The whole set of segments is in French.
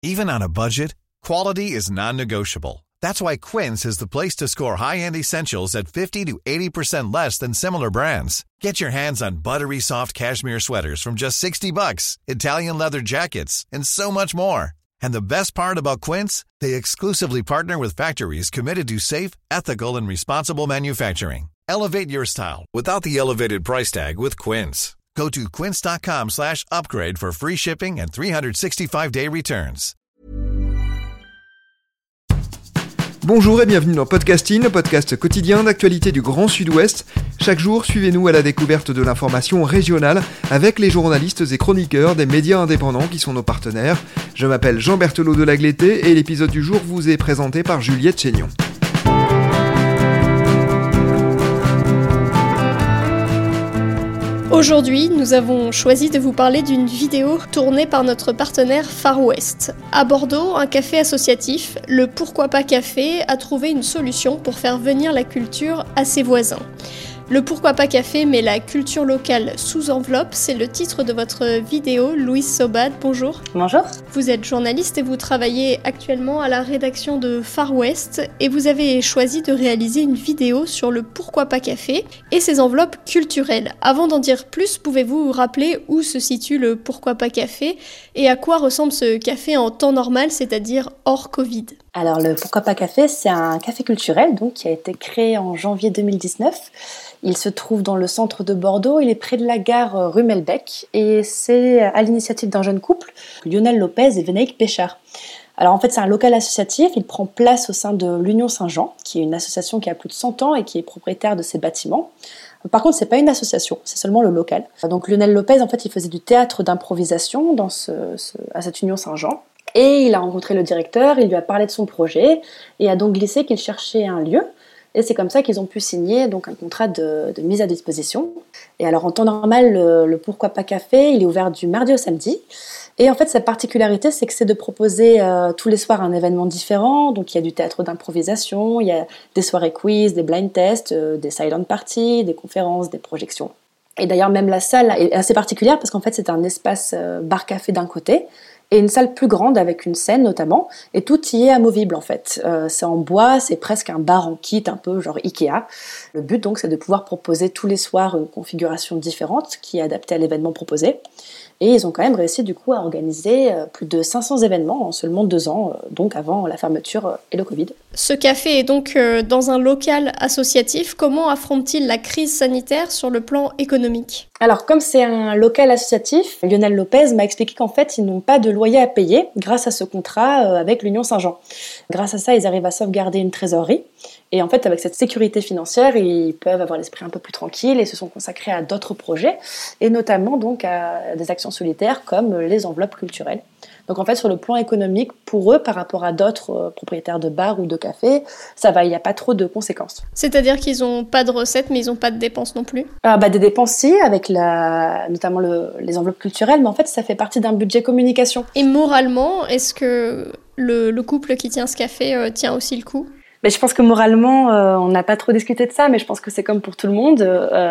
Even on a budget, quality is non-negotiable. That's why Quince is the place to score high-end essentials at 50 to 80% less than similar brands. Get your hands on buttery soft cashmere sweaters from just $60, Italian leather jackets, and so much more. And the best part about Quince, they exclusively partner with factories committed to safe, ethical, and responsible manufacturing. Elevate your style without the elevated price tag with Quince. Go to quince.com/upgrade for free shipping and 365-day returns. Bonjour et bienvenue dans Podcasting, le podcast quotidien d'actualité du Grand Sud-Ouest. Chaque jour, suivez-nous à la découverte de l'information régionale avec les journalistes et chroniqueurs des médias indépendants qui sont nos partenaires. Je m'appelle Jean Berthelot de Lagleté et l'épisode du jour vous est présenté par Juliette Chénion. Aujourd'hui, nous avons choisi de vous parler d'une vidéo tournée par notre partenaire Far West. À Bordeaux, un café associatif, le Pourquoi pas Café, a trouvé une solution pour faire venir la culture à ses voisins. Le Pourquoi pas Café met la culture locale sous enveloppe, c'est le titre de votre vidéo. Louise Sobad, bonjour. Bonjour. Vous êtes journaliste et vous travaillez actuellement à la rédaction de Far West et vous avez choisi de réaliser une vidéo sur le Pourquoi pas Café et ses enveloppes culturelles. Avant d'en dire plus, pouvez-vous rappeler où se situe le Pourquoi pas Café et à quoi ressemble ce café en temps normal, c'est-à-dire hors Covid ? Alors le Pourquoi pas Café, c'est un café culturel donc, qui a été créé en janvier 2019. Il se trouve dans le centre de Bordeaux, il est près de la gare Rumelbeck et c'est à l'initiative d'un jeune couple, Lionel Lopez et Vénaïque Péchard. Alors en fait c'est un local associatif, il prend place au sein de l'Union Saint-Jean, qui est une association qui a plus de 100 ans et qui est propriétaire de ces bâtiments. Par contre, c'est pas une association, c'est seulement le local. Donc Lionel Lopez, en fait, il faisait du théâtre d'improvisation à cette Union Saint-Jean. Et il a rencontré le directeur, il lui a parlé de son projet et a donc glissé qu'il cherchait un lieu. Et c'est comme ça qu'ils ont pu signer donc un contrat de mise à disposition. Et alors en temps normal, le Pourquoi pas Café, il est ouvert du mardi au samedi. Et en fait, sa particularité, c'est que c'est de proposer tous les soirs un événement différent. Donc il y a du théâtre d'improvisation, il y a des soirées quiz, des blind tests, des silent parties, des conférences, des projections. Et d'ailleurs, même la salle est assez particulière parce qu'en fait, c'est un espace bar-café d'un côté et une salle plus grande avec une scène notamment, et tout y est amovible en fait. C'est en bois, c'est presque un bar en kit, un peu genre Ikea. Le but donc c'est de pouvoir proposer tous les soirs une configuration différente qui est adaptée à l'événement proposé. Et ils ont quand même réussi du coup à organiser plus de 500 événements en seulement 2 ans, donc avant la fermeture et le Covid. Ce café est donc dans un local associatif. Comment affronte-t-il la crise sanitaire sur le plan économique ? Alors comme c'est un local associatif, Lionel Lopez m'a expliqué qu'en fait ils n'ont pas de loyer à payer grâce à ce contrat avec l'Union Saint-Jean. Grâce à ça, ils arrivent à sauvegarder une trésorerie. Et en fait, avec cette sécurité financière, ils peuvent avoir l'esprit un peu plus tranquille et se sont consacrés à d'autres projets, et notamment donc à des actions solitaires comme les enveloppes culturelles. Donc en fait, sur le plan économique, pour eux, par rapport à d'autres propriétaires de bars ou de cafés, ça va, il n'y a pas trop de conséquences. C'est-à-dire qu'ils n'ont pas de recettes, mais ils n'ont pas de dépenses non plus ? Des dépenses, si, avec notamment les enveloppes culturelles, mais en fait, ça fait partie d'un budget communication. Et moralement, est-ce que le couple qui tient ce café tient aussi le coup ? Mais je pense que moralement, on n'a pas trop discuté de ça, mais je pense que c'est comme pour tout le monde,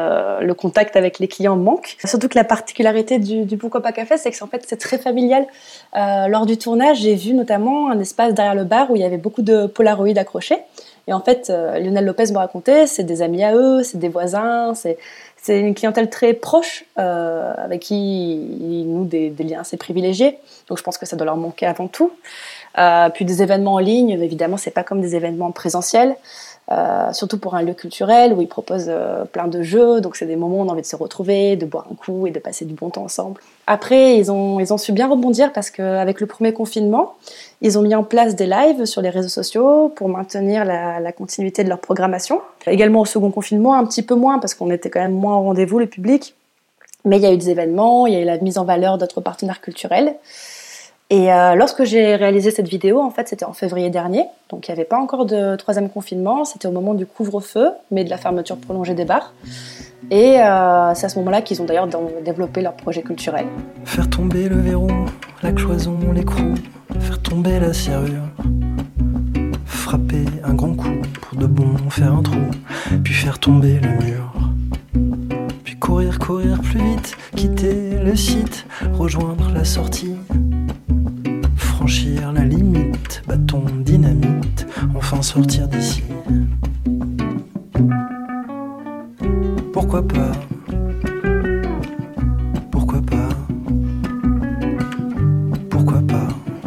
le contact avec les clients manque. Surtout que la particularité du Pourquoi pas Café, c'est que en fait, c'est très familial. Lors du tournage, j'ai vu notamment un espace derrière le bar où il y avait beaucoup de Polaroid accrochés. Et en fait, Lionel Lopez me racontait, c'est des amis à eux, c'est des voisins, c'est une clientèle très proche avec qui ils nouent des liens assez privilégiés. Donc je pense que ça doit leur manquer avant tout. Puis des événements en ligne, évidemment, c'est pas comme des événements présentiels, surtout pour un lieu culturel où ils proposent plein de jeux, donc c'est des moments où on a envie de se retrouver, de boire un coup et de passer du bon temps ensemble. Après, ils ont su bien rebondir parce qu'avec le premier confinement, ils ont mis en place des lives sur les réseaux sociaux pour maintenir la continuité de leur programmation. Également au second confinement, un petit peu moins parce qu'on était quand même moins au rendez-vous, le public. Mais il y a eu des événements, il y a eu la mise en valeur d'autres partenaires culturels. Et lorsque j'ai réalisé cette vidéo, en fait, c'était en février dernier, donc il n'y avait pas encore de troisième confinement, c'était au moment du couvre-feu, mais de la fermeture prolongée des bars. Et c'est à ce moment-là qu'ils ont d'ailleurs développé leur projet culturel. Faire tomber le verrou, la cloison, l'écrou, faire tomber la serrure, frapper un grand coup pour de bon, faire un trou, puis faire tomber le mur. Puis courir plus vite, quitter le site, rejoindre la sortie, franchir sortir d'ici. Pourquoi pas? Pourquoi pas? Pourquoi pas?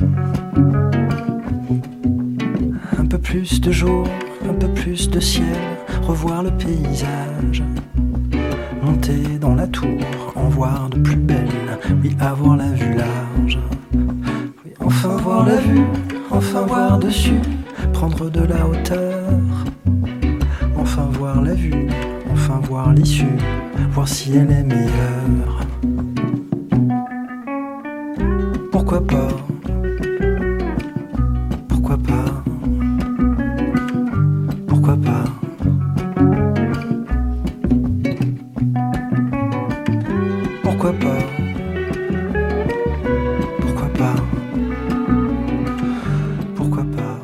Un peu plus de jour, un peu plus de ciel, revoir le paysage, monter dans la tour, en voir de plus belle, oui, avoir la vue large, oui, enfin voir la vue, enfin voir dessus, prendre de la hauteur, enfin voir la vue, enfin voir l'issue, voir si elle est meilleure. Pourquoi pas? Pourquoi pas? Pourquoi pas? Pourquoi pas? Pourquoi pas? Pourquoi pas?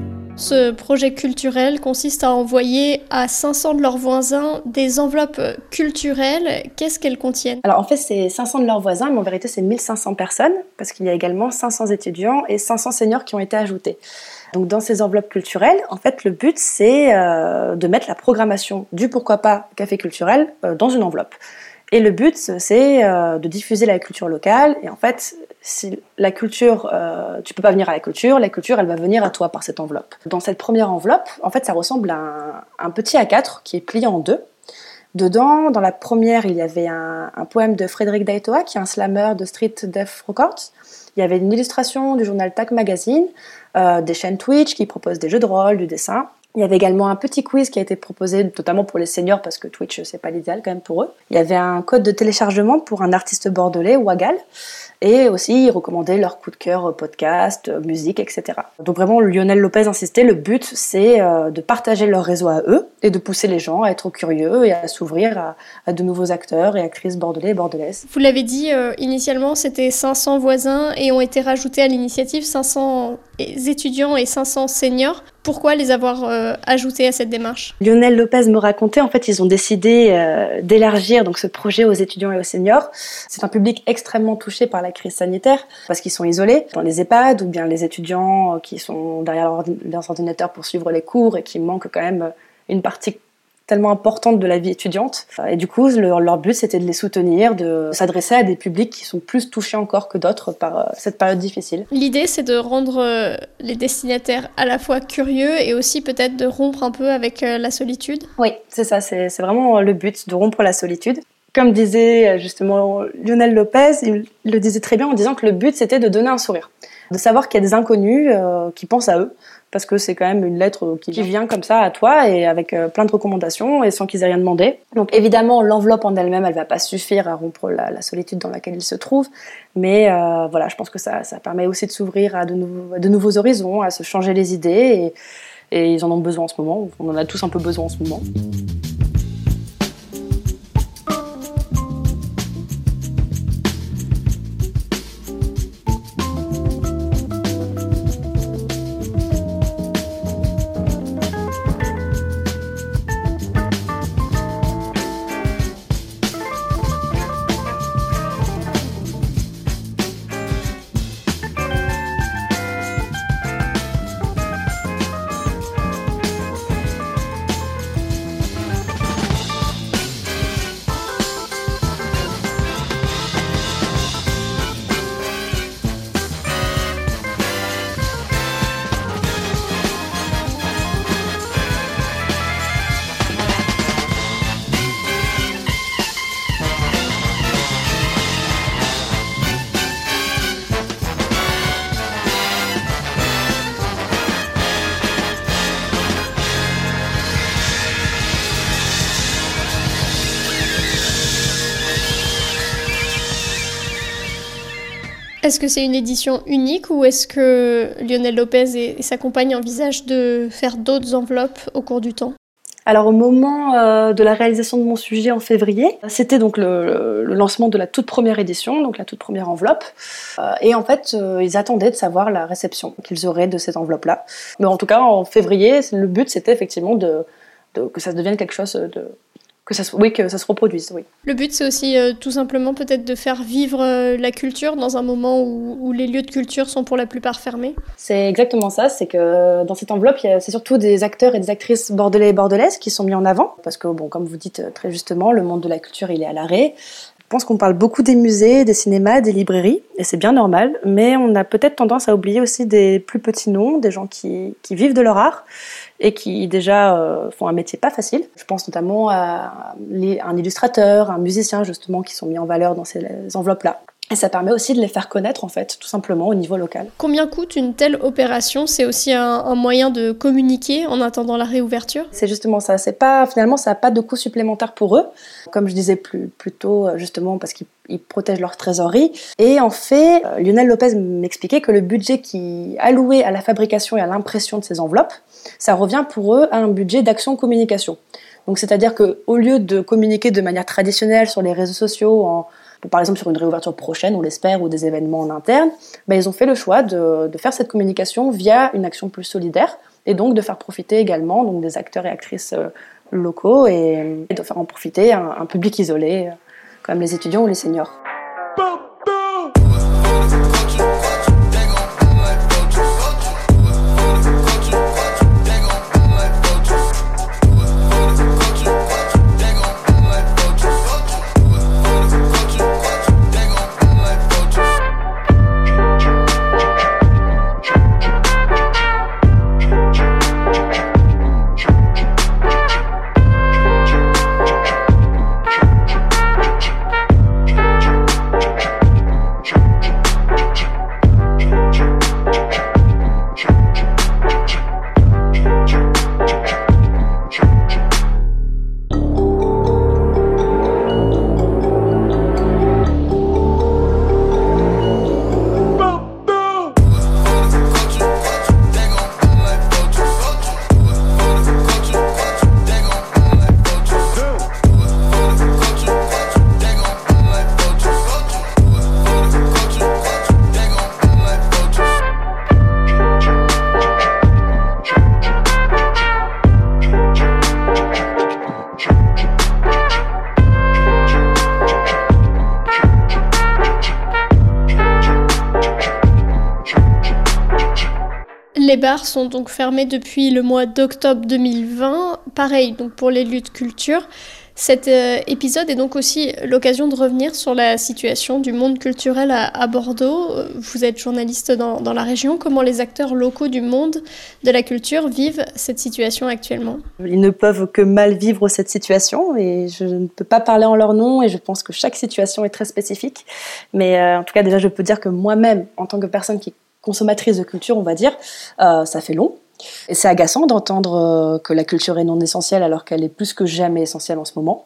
Ce projet culturel consiste à envoyer à 500 de leurs voisins des enveloppes culturelles. Qu'est-ce qu'elles contiennent? Alors en fait, c'est 500 de leurs voisins, mais en vérité, c'est 1500 personnes, parce qu'il y a également 500 étudiants et 500 seniors qui ont été ajoutés. Donc dans ces enveloppes culturelles, en fait, le but, c'est de mettre la programmation du Pourquoi pas Café culturel dans une enveloppe. Et le but, c'est de diffuser la culture locale. Et en fait, si la culture, tu peux pas venir à la culture, elle va venir à toi par cette enveloppe. Dans cette première enveloppe, en fait, ça ressemble à un petit A4 qui est plié en deux. Dedans, dans la première, il y avait un poème de Frédéric Daitoa, qui est un slammer de Street Death Records. Il y avait une illustration du journal Tac Magazine, des chaînes Twitch qui proposent des jeux de rôle, du dessin. Il y avait également un petit quiz qui a été proposé notamment pour les seniors parce que Twitch, c'est pas l'idéal quand même pour eux. Il y avait un code de téléchargement pour un artiste bordelais, Wagal. Et aussi, ils recommandaient leur coup de cœur podcast, musique, etc. Donc vraiment, Lionel Lopez insistait, le but, c'est de partager leur réseau à eux et de pousser les gens à être curieux et à s'ouvrir à de nouveaux acteurs et actrices bordelais et bordelaises. Vous l'avez dit, initialement, c'était 500 voisins et ont été rajoutés à l'initiative 500 étudiants et 500 seniors. Pourquoi les avoir ajoutés à cette démarche? Lionel Lopez me racontait, en fait, ils ont décidé d'élargir donc ce projet aux étudiants et aux seniors. C'est un public extrêmement touché par la crise sanitaire parce qu'ils sont isolés dans les EHPAD ou bien les étudiants qui sont derrière leurs ordinateurs pour suivre les cours et qui manquent quand même une partie tellement importante de la vie étudiante. Et du coup, leur but, c'était de les soutenir, de s'adresser à des publics qui sont plus touchés encore que d'autres par cette période difficile. L'idée, c'est de rendre les destinataires à la fois curieux et aussi peut-être de rompre un peu avec la solitude. Oui, c'est ça, c'est vraiment le but, de rompre la solitude. Comme disait justement Lionel Lopez, il le disait très bien en disant que le but, c'était de donner un sourire. De savoir qu'il y a des inconnus qui pensent à eux, parce que c'est quand même une lettre qui vient comme ça à toi et avec plein de recommandations et sans qu'ils aient rien demandé. Donc évidemment, l'enveloppe en elle-même, elle va pas suffire à rompre la solitude dans laquelle ils se trouvent, mais voilà, je pense que ça permet aussi de s'ouvrir à de nouveaux horizons, à se changer les idées et ils en ont besoin en ce moment, on en a tous un peu besoin en ce moment. Est-ce que c'est une édition unique ou est-ce que Lionel Lopez et sa compagne envisagent de faire d'autres enveloppes au cours du temps? Alors au moment de la réalisation de mon sujet en février, c'était donc le lancement de la toute première édition, donc la toute première enveloppe. Et en fait, ils attendaient de savoir la réception qu'ils auraient de cette enveloppe-là. Mais en tout cas, en février, le but c'était effectivement que ça devienne quelque chose que ça se reproduise, oui. Le but, c'est aussi tout simplement peut-être de faire vivre la culture dans un moment où les lieux de culture sont pour la plupart fermés. C'est exactement ça, c'est que dans cette enveloppe, c'est surtout des acteurs et des actrices bordelais et bordelaises qui sont mis en avant, parce que, comme vous dites très justement, le monde de la culture, il est à l'arrêt. Je pense qu'on parle beaucoup des musées, des cinémas, des librairies, et c'est bien normal, mais on a peut-être tendance à oublier aussi des plus petits noms, des gens qui vivent de leur art, et qui déjà font un métier pas facile. Je pense notamment à un illustrateur, un musicien justement qui sont mis en valeur dans ces enveloppes-là. Et ça permet aussi de les faire connaître en fait, tout simplement au niveau local. Combien coûte une telle opération ? C'est aussi un moyen de communiquer en attendant la réouverture ? C'est justement ça. Finalement, ça n'a pas de coût supplémentaire pour eux. Comme je disais plus tôt, justement parce qu'ils protègent leur trésorerie. Et en fait, Lionel Lopez m'expliquait que le budget qui est alloué à la fabrication et à l'impression de ces enveloppes, ça revient pour eux à un budget d'action communication. Donc c'est-à-dire qu'au lieu de communiquer de manière traditionnelle sur les réseaux sociaux, par exemple sur une réouverture prochaine, on l'espère, ou des événements en interne, ils ont fait le choix de faire cette communication via une action plus solidaire, et donc de faire profiter également donc, des acteurs et actrices locaux, et de faire en profiter un public isolé, comme les étudiants ou les seniors. Les bars sont donc fermés depuis le mois d'octobre 2020. Pareil donc pour les lieux de culture. Cet épisode est donc aussi l'occasion de revenir sur la situation du monde culturel à Bordeaux. Vous êtes journaliste dans la région. Comment les acteurs locaux du monde de la culture vivent cette situation actuellement ? Ils ne peuvent que mal vivre cette situation et je ne peux pas parler en leur nom et je pense que chaque situation est très spécifique. Mais en tout cas, déjà, je peux dire que moi-même, en tant que personne qui est consommatrice de culture, on va dire, ça fait long. Et c'est agaçant d'entendre que la culture est non essentielle alors qu'elle est plus que jamais essentielle en ce moment.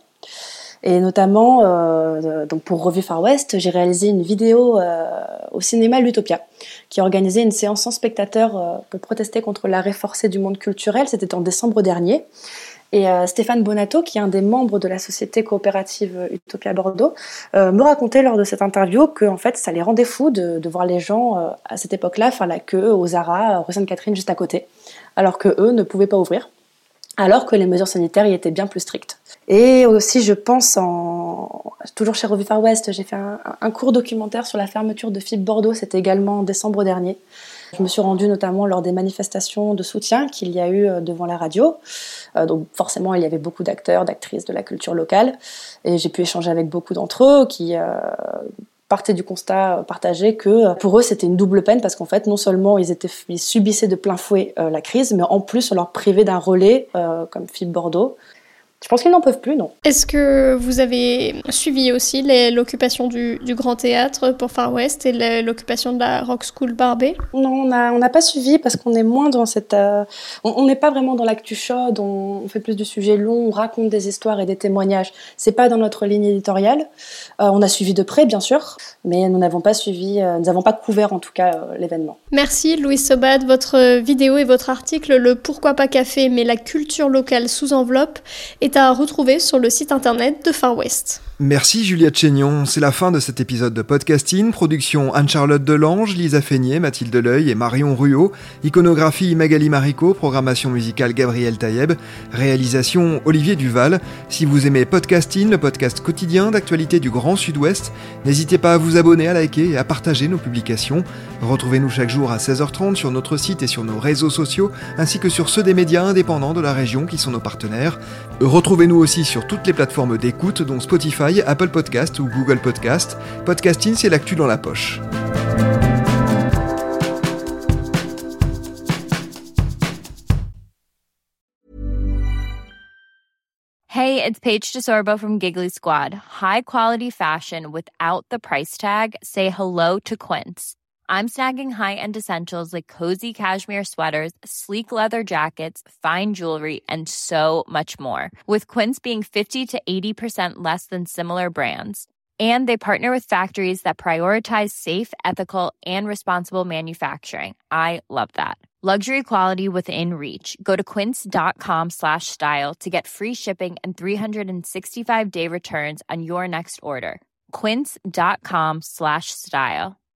Et notamment, donc pour Revue Far West, j'ai réalisé une vidéo au cinéma L'Utopia, qui a organisé une séance sans spectateurs pour protester contre l'arrêt forcé du monde culturel. C'était en décembre dernier. Et Stéphane Bonato, qui est un des membres de la société coopérative Utopia Bordeaux, me racontait lors de cette interview que en fait, ça les rendait fous de voir les gens à cette époque-là faire la queue aux Zara, rue Sainte-Catherine juste à côté, alors qu'eux ne pouvaient pas ouvrir, alors que les mesures sanitaires y étaient bien plus strictes. Et aussi, je pense, toujours chez Revue Far West, j'ai fait un court documentaire sur la fermeture de FIP Bordeaux, c'était également en décembre dernier. Je me suis rendue notamment lors des manifestations de soutien qu'il y a eu devant la radio. Donc forcément, il y avait beaucoup d'acteurs, d'actrices de la culture locale. Et j'ai pu échanger avec beaucoup d'entre eux qui partaient du constat partagé que pour eux, c'était une double peine parce qu'en fait, non seulement ils subissaient de plein fouet la crise, mais en plus, on leur privait d'un relais comme FIP Bordeaux. Je pense qu'ils n'en peuvent plus, non. Est-ce que vous avez suivi aussi l'occupation du Grand Théâtre pour Far West et l'occupation de la Rock School Barbet ? Non, on n'a pas suivi parce qu'on est moins dans cette... on n'est pas vraiment dans l'actu chaude, on fait plus du sujet long, on raconte des histoires et des témoignages. C'est pas dans notre ligne éditoriale. On a suivi de près, bien sûr, mais nous n'avons pas suivi, nous n'avons pas couvert en tout cas l'événement. Merci Louise Sobad. Votre vidéo et votre article « Le Pourquoi pas café, mais la culture locale sous enveloppe » est à retrouver sur le site internet de Far West. Merci Juliette Chénion, c'est la fin de cet épisode de Podcasting. Production Anne-Charlotte Delange, Lisa Feignet, Mathilde Leuil et Marion Ruot. Iconographie Magali Marico, programmation musicale Gabriel Taïeb, réalisation Olivier Duval. Si vous aimez Podcasting, le podcast quotidien d'actualité du Grand Sud-Ouest, n'hésitez pas à vous abonner, à liker et à partager nos publications. Retrouvez-nous chaque jour à 16h30 sur notre site et sur nos réseaux sociaux, ainsi que sur ceux des médias indépendants de la région qui sont nos partenaires. Retrouvez-nous aussi sur toutes les plateformes d'écoute, dont Spotify, Apple Podcast ou Google Podcast. Podcasting, c'est l'actu dans la poche. Hey, it's Paige DeSorbo from Giggly Squad. High quality fashion without the price tag. Say hello to Quince. I'm snagging high-end essentials like cozy cashmere sweaters, sleek leather jackets, fine jewelry, and so much more. With Quince being 50 to 80% less than similar brands. And they partner with factories that prioritize safe, ethical, and responsible manufacturing. I love that. Luxury quality within reach. Go to quince.com/style to get free shipping and 365-day returns on your next order. Quince.com/style.